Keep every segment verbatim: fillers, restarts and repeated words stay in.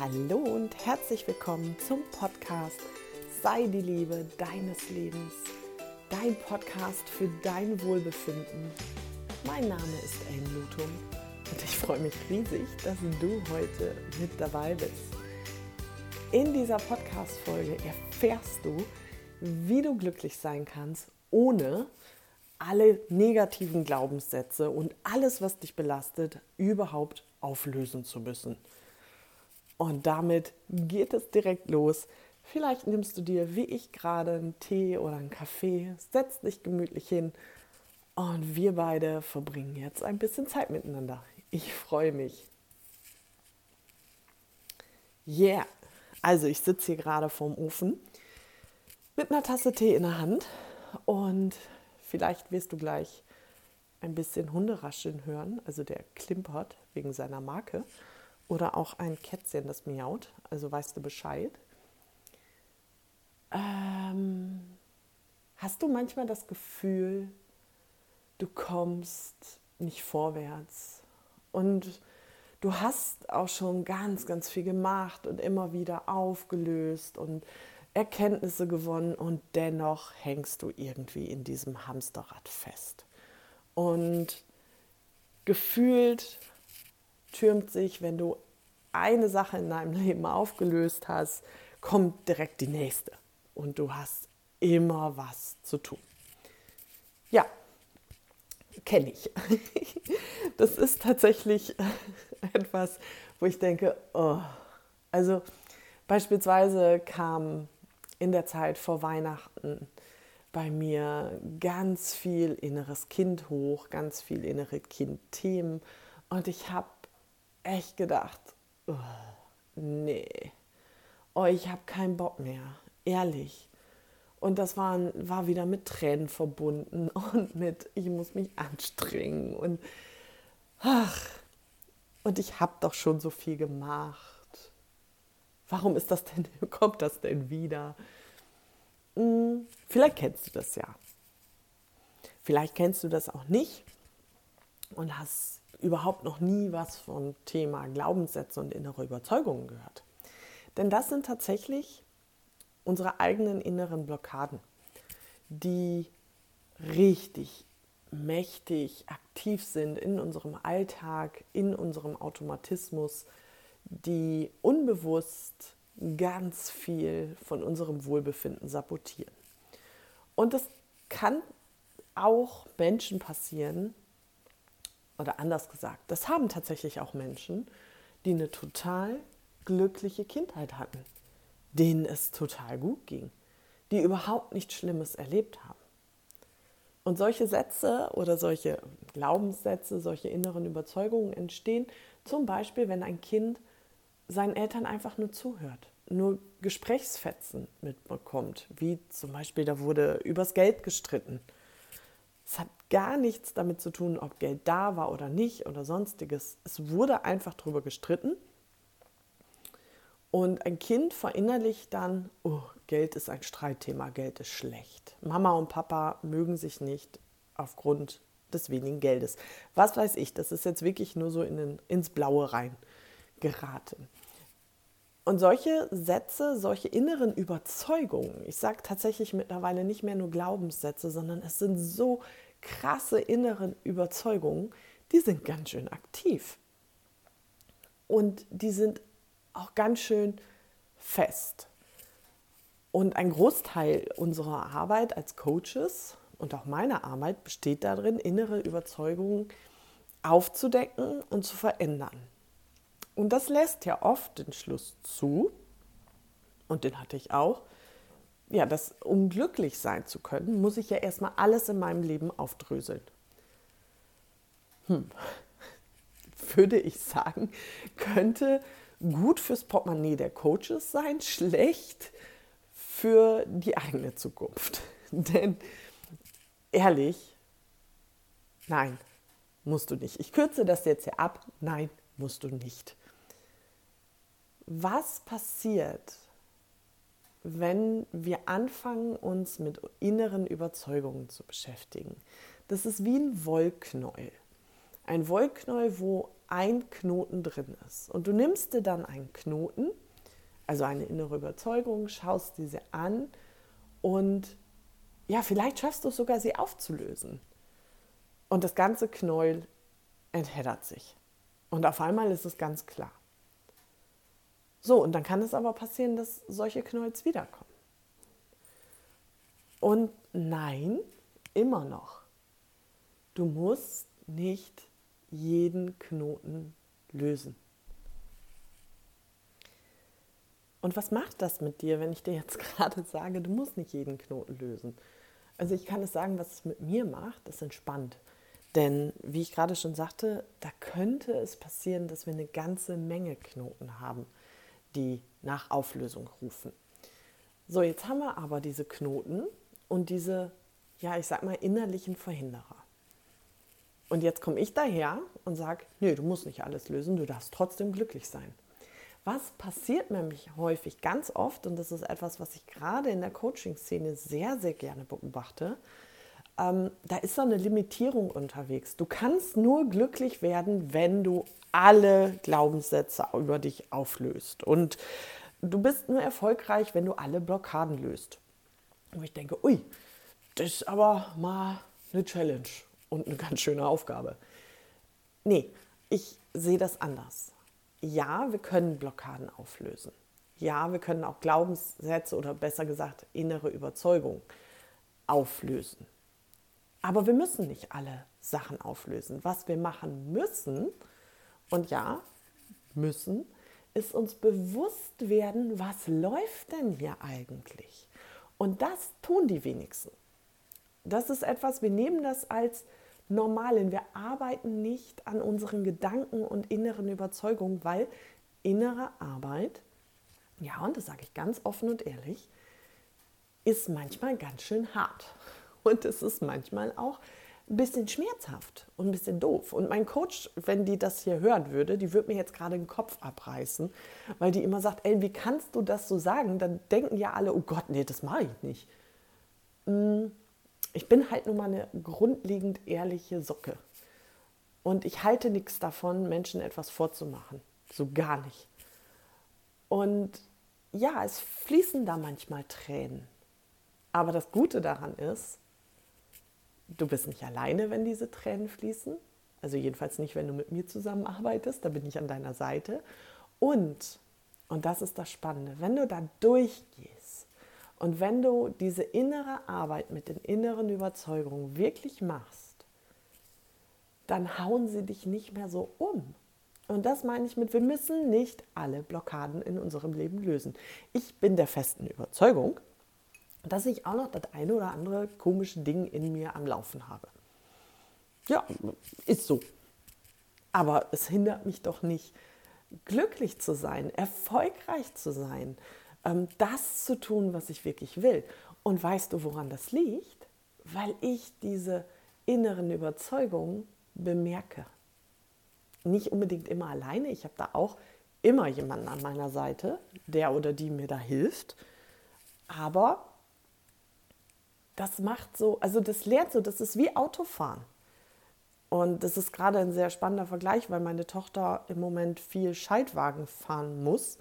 Hallo und herzlich willkommen zum Podcast Sei die Liebe deines Lebens, dein Podcast für dein Wohlbefinden. Mein Name ist Ellen Lutum und ich freue mich riesig, dass du heute mit dabei bist. In dieser Podcast-Folge erfährst du, wie du glücklich sein kannst, ohne alle negativen Glaubenssätze und alles, was dich belastet, überhaupt auflösen zu müssen. Und damit geht es direkt los. Vielleicht nimmst du dir, wie ich gerade, einen Tee oder einen Kaffee, setzt dich gemütlich hin und wir beide verbringen jetzt ein bisschen Zeit miteinander. Ich freue mich. Yeah, also ich sitze hier gerade vorm Ofen mit einer Tasse Tee in der Hand und vielleicht wirst du gleich ein bisschen Hunderascheln hören, also der klimpert wegen seiner Marke. Oder auch ein Kätzchen, das miaut, also weißt du Bescheid. Ähm, hast du manchmal das Gefühl, du kommst nicht vorwärts und du hast auch schon ganz, ganz viel gemacht und immer wieder aufgelöst und Erkenntnisse gewonnen und dennoch hängst du irgendwie in diesem Hamsterrad fest. Und gefühlt türmt sich, wenn du eine Sache in deinem Leben aufgelöst hast, kommt direkt die nächste. Und du hast immer was zu tun. Ja, kenne ich. Das ist tatsächlich etwas, wo ich denke, oh. Also beispielsweise kam in der Zeit vor Weihnachten bei mir ganz viel inneres Kind hoch, ganz viel innere Kind-Themen. Und ich habe echt gedacht, oh, nee, oh, ich habe keinen Bock mehr, ehrlich. Und das war, war wieder mit Tränen verbunden und mit, ich muss mich anstrengen. Und, ach, und ich habe doch schon so viel gemacht. Warum ist das denn, kommt das denn wieder? Hm, vielleicht kennst du das ja. Vielleicht kennst du das auch nicht und hast überhaupt noch nie was vom Thema Glaubenssätze und innere Überzeugungen gehört. Denn das sind tatsächlich unsere eigenen inneren Blockaden, die richtig mächtig aktiv sind in unserem Alltag, in unserem Automatismus, die unbewusst ganz viel von unserem Wohlbefinden sabotieren. Und das kann auch Menschen passieren, oder anders gesagt, das haben tatsächlich auch Menschen, die eine total glückliche Kindheit hatten, denen es total gut ging, die überhaupt nichts Schlimmes erlebt haben. Und solche Sätze oder solche Glaubenssätze, solche inneren Überzeugungen entstehen, zum Beispiel, wenn ein Kind seinen Eltern einfach nur zuhört, nur Gesprächsfetzen mitbekommt, wie zum Beispiel, da wurde übers Geld gestritten. Es hat gar nichts damit zu tun, ob Geld da war oder nicht oder sonstiges. Es wurde einfach drüber gestritten. Und ein Kind verinnerlicht dann, oh, Geld ist ein Streitthema, Geld ist schlecht. Mama und Papa mögen sich nicht aufgrund des wenigen Geldes. Was weiß ich, das ist jetzt wirklich nur so in den, ins Blaue rein geraten. Und solche Sätze, solche inneren Überzeugungen, ich sage tatsächlich mittlerweile nicht mehr nur Glaubenssätze, sondern es sind so krasse innere Überzeugungen, die sind ganz schön aktiv. Und die sind auch ganz schön fest. Und ein Großteil unserer Arbeit als Coaches und auch meiner Arbeit besteht darin, innere Überzeugungen aufzudecken und zu verändern. Und das lässt ja oft den Schluss zu, und den hatte ich auch, ja, dass um glücklich sein zu können, muss ich ja erstmal alles in meinem Leben aufdröseln. Hm. Würde ich sagen, könnte gut fürs Portemonnaie der Coaches sein, schlecht für die eigene Zukunft. Denn ehrlich, nein, musst du nicht. Ich kürze das jetzt hier ab, nein, musst du nicht. Was passiert, wenn wir anfangen, uns mit inneren Überzeugungen zu beschäftigen? Das ist wie ein Wollknäuel. Ein Wollknäuel, wo ein Knoten drin ist. Und du nimmst dir dann einen Knoten, also eine innere Überzeugung, schaust diese an und ja, vielleicht schaffst du es sogar, sie aufzulösen. Und das ganze Knäuel entheddert sich. Und auf einmal ist es ganz klar. So, und dann kann es aber passieren, dass solche Knäuels wiederkommen. Und nein, immer noch. Du musst nicht jeden Knoten lösen. Und was macht das mit dir, wenn ich dir jetzt gerade sage, du musst nicht jeden Knoten lösen? Also ich kann es sagen, was es mit mir macht, das entspannt. Denn wie ich gerade schon sagte, da könnte es passieren, dass wir eine ganze Menge Knoten haben, die nach Auflösung rufen. So, jetzt haben wir aber diese Knoten und diese, ja, ich sag mal, innerlichen Verhinderer. Und jetzt komme ich daher und sage, nee, du musst nicht alles lösen, du darfst trotzdem glücklich sein. Was passiert nämlich häufig, ganz oft, und das ist etwas, was ich gerade in der Coaching-Szene sehr, sehr gerne beobachte, ähm, da ist so eine Limitierung unterwegs. Du kannst nur glücklich werden, wenn du alle Glaubenssätze über dich auflöst. Und du bist nur erfolgreich, wenn du alle Blockaden löst. Und ich denke, ui, das ist aber mal eine Challenge und eine ganz schöne Aufgabe. Nee, ich sehe das anders. Ja, wir können Blockaden auflösen. Ja, wir können auch Glaubenssätze oder besser gesagt innere Überzeugungen auflösen. Aber wir müssen nicht alle Sachen auflösen. Was wir machen müssen, und ja, müssen, ist uns bewusst werden, was läuft denn hier eigentlich? Und das tun die wenigsten. Das ist etwas, wir nehmen das als normal hin. Wir arbeiten nicht an unseren Gedanken und inneren Überzeugungen, weil innere Arbeit, ja, und das sage ich ganz offen und ehrlich, ist manchmal ganz schön hart. Und es ist manchmal auch ein bisschen schmerzhaft und ein bisschen doof. Und mein Coach, wenn die das hier hören würde, die würde mir jetzt gerade den Kopf abreißen, weil die immer sagt, ey, wie kannst du das so sagen? Dann denken ja alle, oh Gott, nee, das mache ich nicht. Ich bin halt nur mal eine grundlegend ehrliche Socke. Und ich halte nichts davon, Menschen etwas vorzumachen. So gar nicht. Und ja, es fließen da manchmal Tränen. Aber das Gute daran ist, du bist nicht alleine, wenn diese Tränen fließen. Also jedenfalls nicht, wenn du mit mir zusammenarbeitest. Da bin ich an deiner Seite. Und, und das ist das Spannende, wenn du da durchgehst und wenn du diese innere Arbeit mit den inneren Überzeugungen wirklich machst, dann hauen sie dich nicht mehr so um. Und das meine ich mit, wir müssen nicht alle Blockaden in unserem Leben lösen. Ich bin der festen Überzeugung, dass ich auch noch das eine oder andere komische Ding in mir am Laufen habe. Ja, ist so. Aber es hindert mich doch nicht, glücklich zu sein, erfolgreich zu sein, das zu tun, was ich wirklich will. Und weißt du, woran das liegt? Weil ich diese inneren Überzeugungen bemerke. Nicht unbedingt immer alleine. Ich habe da auch immer jemanden an meiner Seite, der oder die mir da hilft. Aber das macht so, also das lernt so, das ist wie Autofahren. Und das ist gerade ein sehr spannender Vergleich, weil meine Tochter im Moment viel Schaltwagen fahren muss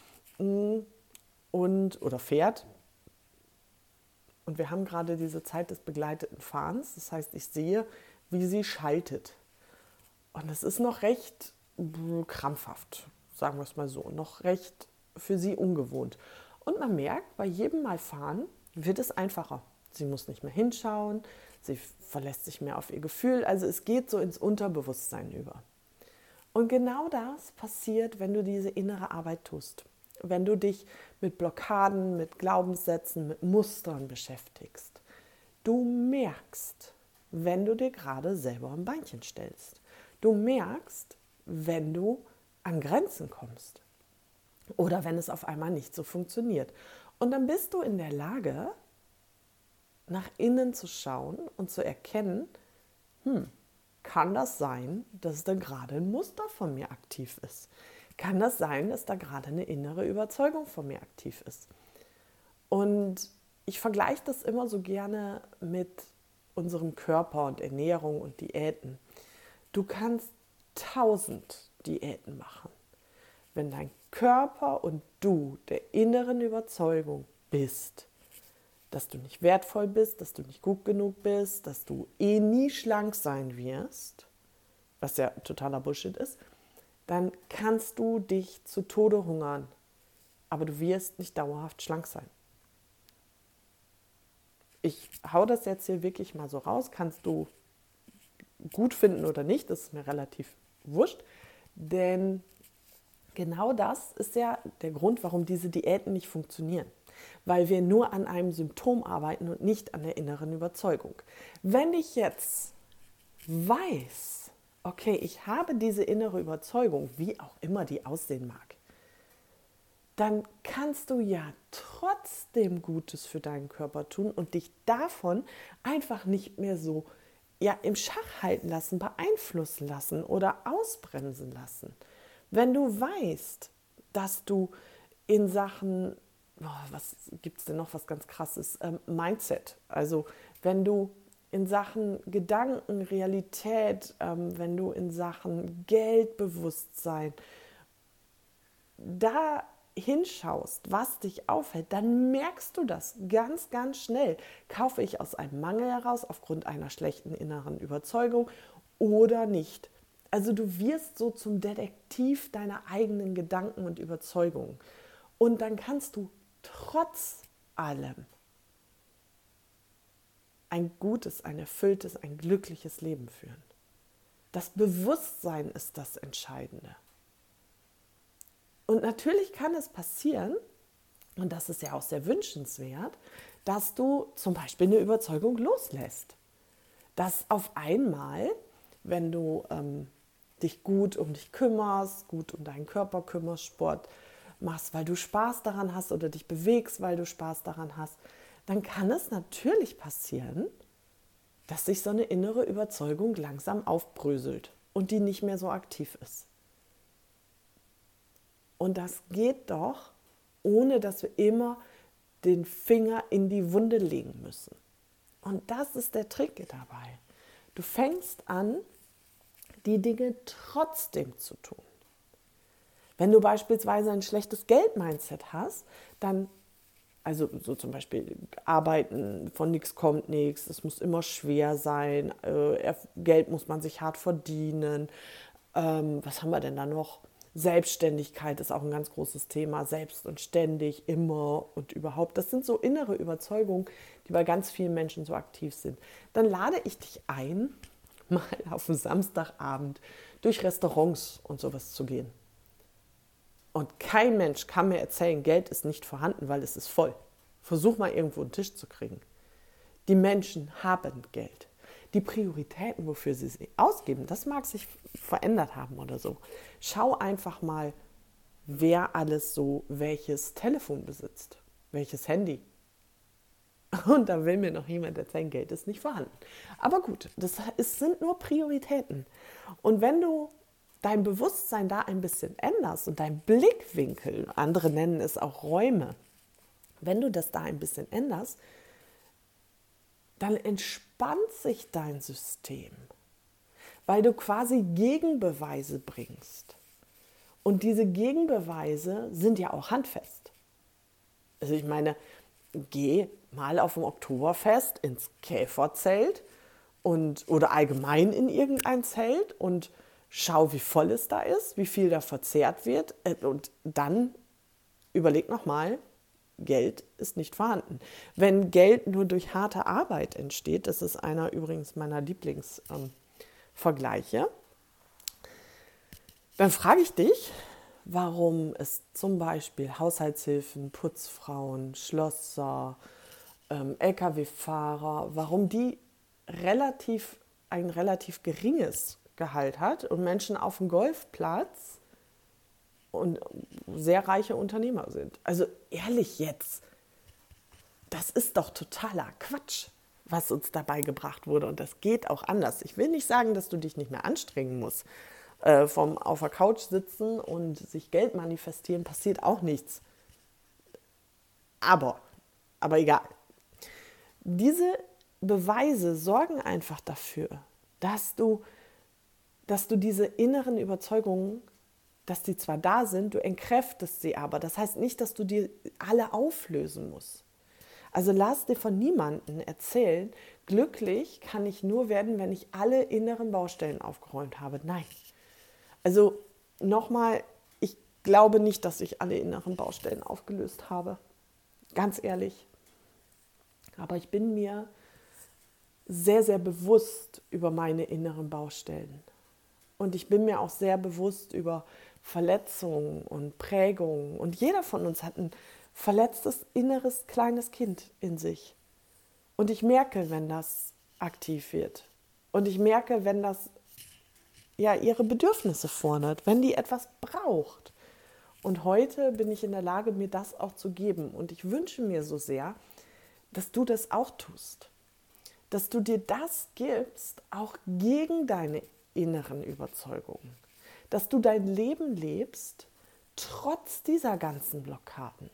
und, oder fährt. Und wir haben gerade diese Zeit des begleiteten Fahrens. Das heißt, ich sehe, wie sie schaltet. Und es ist noch recht krampfhaft, sagen wir es mal so, noch recht für sie ungewohnt. Und man merkt, bei jedem Mal fahren wird es einfacher. Sie muss nicht mehr hinschauen, sie verlässt sich mehr auf ihr Gefühl. Also es geht so ins Unterbewusstsein über. Und genau das passiert, wenn du diese innere Arbeit tust. Wenn du dich mit Blockaden, mit Glaubenssätzen, mit Mustern beschäftigst. Du merkst, wenn du dir gerade selber ein Beinchen stellst. Du merkst, wenn du an Grenzen kommst. Oder wenn es auf einmal nicht so funktioniert. Und dann bist du in der Lage, nach innen zu schauen und zu erkennen, hm, kann das sein, dass da gerade ein Muster von mir aktiv ist? Kann das sein, dass da gerade eine innere Überzeugung von mir aktiv ist? Und ich vergleiche das immer so gerne mit unserem Körper und Ernährung und Diäten. Du kannst tausend Diäten machen. Wenn dein Körper und du der inneren Überzeugung bist, dass du nicht wertvoll bist, dass du nicht gut genug bist, dass du eh nie schlank sein wirst, was ja totaler Bullshit ist, dann kannst du dich zu Tode hungern, aber du wirst nicht dauerhaft schlank sein. Ich hau das jetzt hier wirklich mal so raus, kannst du gut finden oder nicht, das ist mir relativ wurscht, denn genau das ist ja der Grund, warum diese Diäten nicht funktionieren. Weil wir nur an einem Symptom arbeiten und nicht an der inneren Überzeugung. Wenn ich jetzt weiß, okay, ich habe diese innere Überzeugung, wie auch immer die aussehen mag, dann kannst du ja trotzdem Gutes für deinen Körper tun und dich davon einfach nicht mehr so ja, im Schach halten lassen, beeinflussen lassen oder ausbremsen lassen. Wenn du weißt, dass du in Sachen, oh, was gibt es denn noch, was ganz krasses, ähm, Mindset, also wenn du in Sachen Gedanken, Realität, ähm, wenn du in Sachen Geldbewusstsein da hinschaust, was dich aufhält, dann merkst du das ganz, ganz schnell. Kaufe ich aus einem Mangel heraus, aufgrund einer schlechten inneren Überzeugung oder nicht? Also du wirst so zum Detektiv deiner eigenen Gedanken und Überzeugungen. Und dann kannst du trotz allem ein gutes, ein erfülltes, ein glückliches Leben führen. Das Bewusstsein ist das Entscheidende. Und natürlich kann es passieren, und das ist ja auch sehr wünschenswert, dass du zum Beispiel eine Überzeugung loslässt. Dass auf einmal, wenn du ähm, dich gut um dich kümmerst, gut um deinen Körper kümmerst, Sport machst, weil du Spaß daran hast oder dich bewegst, weil du Spaß daran hast, dann kann es natürlich passieren, dass sich so eine innere Überzeugung langsam aufbröselt und die nicht mehr so aktiv ist. Und das geht doch, ohne dass wir immer den Finger in die Wunde legen müssen. Und das ist der Trick dabei. Du fängst an, die Dinge trotzdem zu tun. Wenn du beispielsweise ein schlechtes Geld-Mindset hast, dann, also so zum Beispiel arbeiten, von nichts kommt nichts, es muss immer schwer sein, äh, Geld muss man sich hart verdienen. Ähm, was haben wir denn da noch? Selbstständigkeit ist auch ein ganz großes Thema, selbst und ständig, immer und überhaupt. Das sind so innere Überzeugungen, die bei ganz vielen Menschen so aktiv sind. Dann lade ich dich ein, mal auf dem Samstagabend durch Restaurants und sowas zu gehen. Und kein Mensch kann mir erzählen, Geld ist nicht vorhanden, weil es ist voll. Versuch mal irgendwo einen Tisch zu kriegen. Die Menschen haben Geld. Die Prioritäten, wofür sie sie ausgeben, das mag sich verändert haben oder so. Schau einfach mal, wer alles so welches Telefon besitzt, welches Handy. Und da will mir noch jemand erzählen, Geld ist nicht vorhanden. Aber gut, das ist, sind nur Prioritäten. Und wenn du dein Bewusstsein da ein bisschen änderst und dein Blickwinkel, andere nennen es auch Räume, wenn du das da ein bisschen änderst, dann entspannt sich dein System, weil du quasi Gegenbeweise bringst. Und diese Gegenbeweise sind ja auch handfest. Also ich meine, geh mal auf dem Oktoberfest ins Käferzelt und, oder allgemein in irgendein Zelt und schau, wie voll es da ist, wie viel da verzehrt wird. Und dann überleg nochmal, Geld ist nicht vorhanden. Wenn Geld nur durch harte Arbeit entsteht, das ist einer übrigens meiner Lieblingsvergleiche, ähm, dann frage ich dich, warum es zum Beispiel Haushaltshilfen, Putzfrauen, Schlosser, ähm, L K W-Fahrer, warum die relativ ein relativ geringes Gehalt hat und Menschen auf dem Golfplatz und sehr reiche Unternehmer sind. Also ehrlich jetzt, das ist doch totaler Quatsch, was uns dabei gebracht wurde. Und das geht auch anders. Ich will nicht sagen, dass du dich nicht mehr anstrengen musst. Äh, vom auf der Couch sitzen und sich Geld manifestieren, passiert auch nichts. Aber, aber egal. Diese Beweise sorgen einfach dafür, dass du dass du diese inneren Überzeugungen, dass die zwar da sind, du entkräftest sie aber. Das heißt nicht, dass du die alle auflösen musst. Also lass dir von niemandem erzählen, glücklich kann ich nur werden, wenn ich alle inneren Baustellen aufgeräumt habe. Nein. Also nochmal, ich glaube nicht, dass ich alle inneren Baustellen aufgelöst habe. Ganz ehrlich. Aber ich bin mir sehr, sehr bewusst über meine inneren Baustellen. Und ich bin mir auch sehr bewusst über Verletzungen und Prägungen. Und jeder von uns hat ein verletztes inneres kleines Kind in sich. Und ich merke, wenn das aktiv wird. Und ich merke, wenn das ja ihre Bedürfnisse fordert, wenn die etwas braucht. Und heute bin ich in der Lage, mir das auch zu geben. Und ich wünsche mir so sehr, dass du das auch tust. Dass du dir das gibst, auch gegen deine inneren Überzeugungen. Dass du dein Leben lebst, trotz dieser ganzen Blockaden.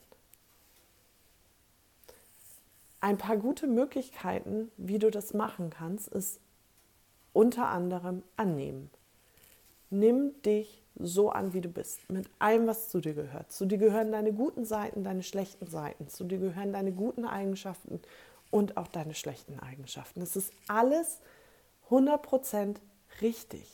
Ein paar gute Möglichkeiten, wie du das machen kannst, ist unter anderem annehmen. Nimm dich so an, wie du bist, mit allem, was zu dir gehört. Zu dir gehören deine guten Seiten, deine schlechten Seiten. Zu dir gehören deine guten Eigenschaften und auch deine schlechten Eigenschaften. Es ist alles hundert Prozent richtig.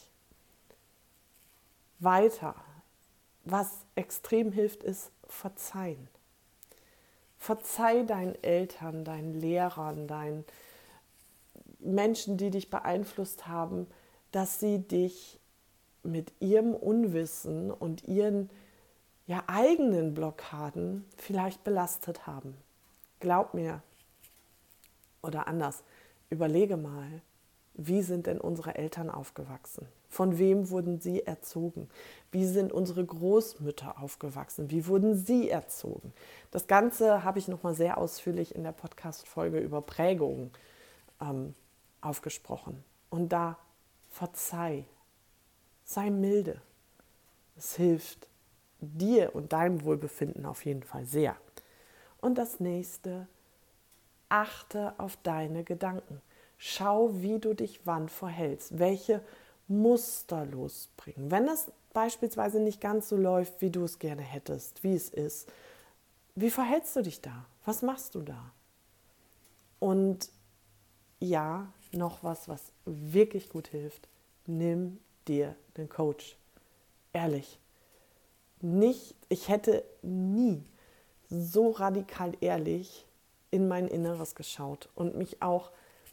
Weiter, was extrem hilft, ist verzeihen. Verzeih deinen Eltern, deinen Lehrern, deinen Menschen, die dich beeinflusst haben, dass sie dich mit ihrem Unwissen und ihren ja, eigenen Blockaden vielleicht belastet haben. Glaub mir, oder anders, überlege mal, wie sind denn unsere Eltern aufgewachsen? Von wem wurden sie erzogen? Wie sind unsere Großmütter aufgewachsen? Wie wurden sie erzogen? Das Ganze habe ich nochmal sehr ausführlich in der Podcast-Folge über Prägungen ähm, aufgesprochen. Und da verzeih, sei milde. Es hilft dir und deinem Wohlbefinden auf jeden Fall sehr. Und das nächste, achte auf deine Gedanken. Schau, wie du dich wann verhältst, welche Muster losbringen. Wenn das beispielsweise nicht ganz so läuft, wie du es gerne hättest, wie es ist, wie verhältst du dich da? Was machst du da? Und ja, noch was, was wirklich gut hilft, nimm dir einen Coach. Ehrlich. Nicht, ich hätte nie so radikal ehrlich in mein Inneres geschaut und mich auch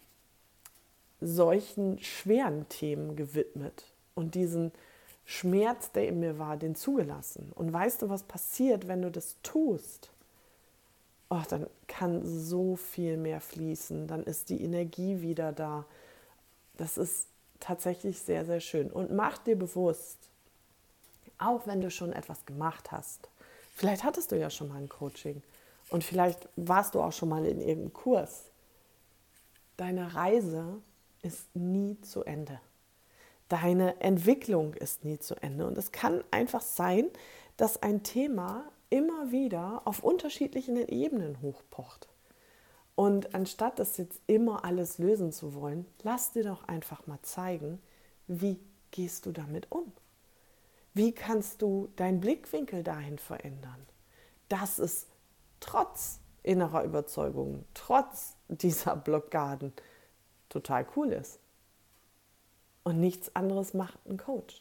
solchen schweren Themen gewidmet und diesen Schmerz, der in mir war, den zugelassen. Und weißt du, was passiert, wenn du das tust? Oh, dann kann so viel mehr fließen, dann ist die Energie wieder da. Das ist tatsächlich sehr, sehr schön. Und mach dir bewusst, auch wenn du schon etwas gemacht hast, vielleicht hattest du ja schon mal ein Coaching und vielleicht warst du auch schon mal in irgendeinem Kurs, deine Reise ist nie zu Ende. Deine Entwicklung ist nie zu Ende. Und es kann einfach sein, dass ein Thema immer wieder auf unterschiedlichen Ebenen hochpocht. Und anstatt das jetzt immer alles lösen zu wollen, lass dir doch einfach mal zeigen, wie gehst du damit um? Wie kannst du deinen Blickwinkel dahin verändern, dass es trotz innerer Überzeugungen, trotz dieser Blockaden total cool ist. Und nichts anderes macht ein Coach.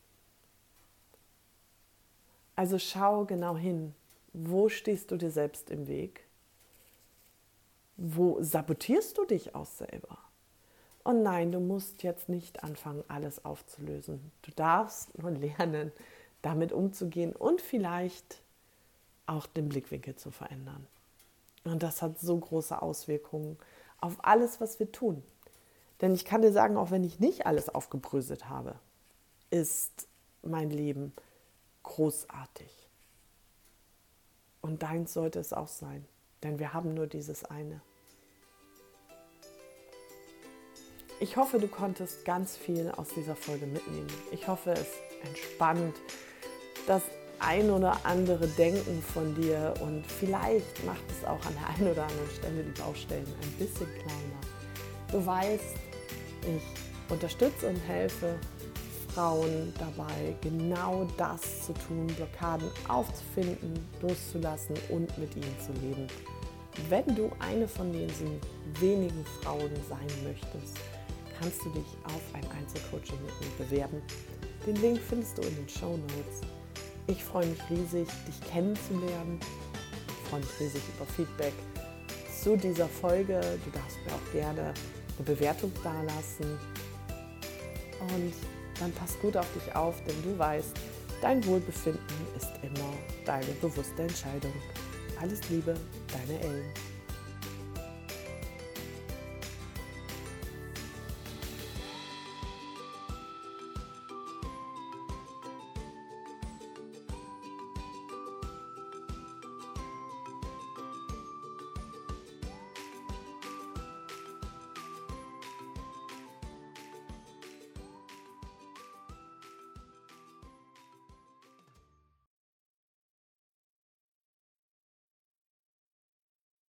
Also schau genau hin, wo stehst du dir selbst im Weg? Wo sabotierst du dich auch selber? Und nein, du musst jetzt nicht anfangen, alles aufzulösen. Du darfst nur lernen, damit umzugehen und vielleicht auch den Blickwinkel zu verändern. Und das hat so große Auswirkungen auf alles, was wir tun. Denn ich kann dir sagen, auch wenn ich nicht alles aufgebröselt habe, ist mein Leben großartig. Und deins sollte es auch sein, denn wir haben nur dieses eine. Ich hoffe, du konntest ganz viel aus dieser Folge mitnehmen. Ich hoffe, es entspannt das ein oder andere Denken von dir und vielleicht macht es auch an der einen oder anderen Stelle die Baustellen ein bisschen kleiner. Du weißt, ich unterstütze und helfe Frauen dabei, genau das zu tun, Blockaden aufzufinden, loszulassen und mit ihnen zu leben. Wenn du eine von diesen wenigen Frauen sein möchtest, kannst du dich auf ein Einzelcoaching mit mir bewerben. Den Link findest du in den Shownotes. Ich freue mich riesig, dich kennenzulernen. Ich freue mich riesig über Feedback zu dieser Folge. Du darfst mir auch gerne eine Bewertung dalassen. Und dann pass gut auf dich auf, denn du weißt, dein Wohlbefinden ist immer deine bewusste Entscheidung. Alles Liebe, deine Ellen.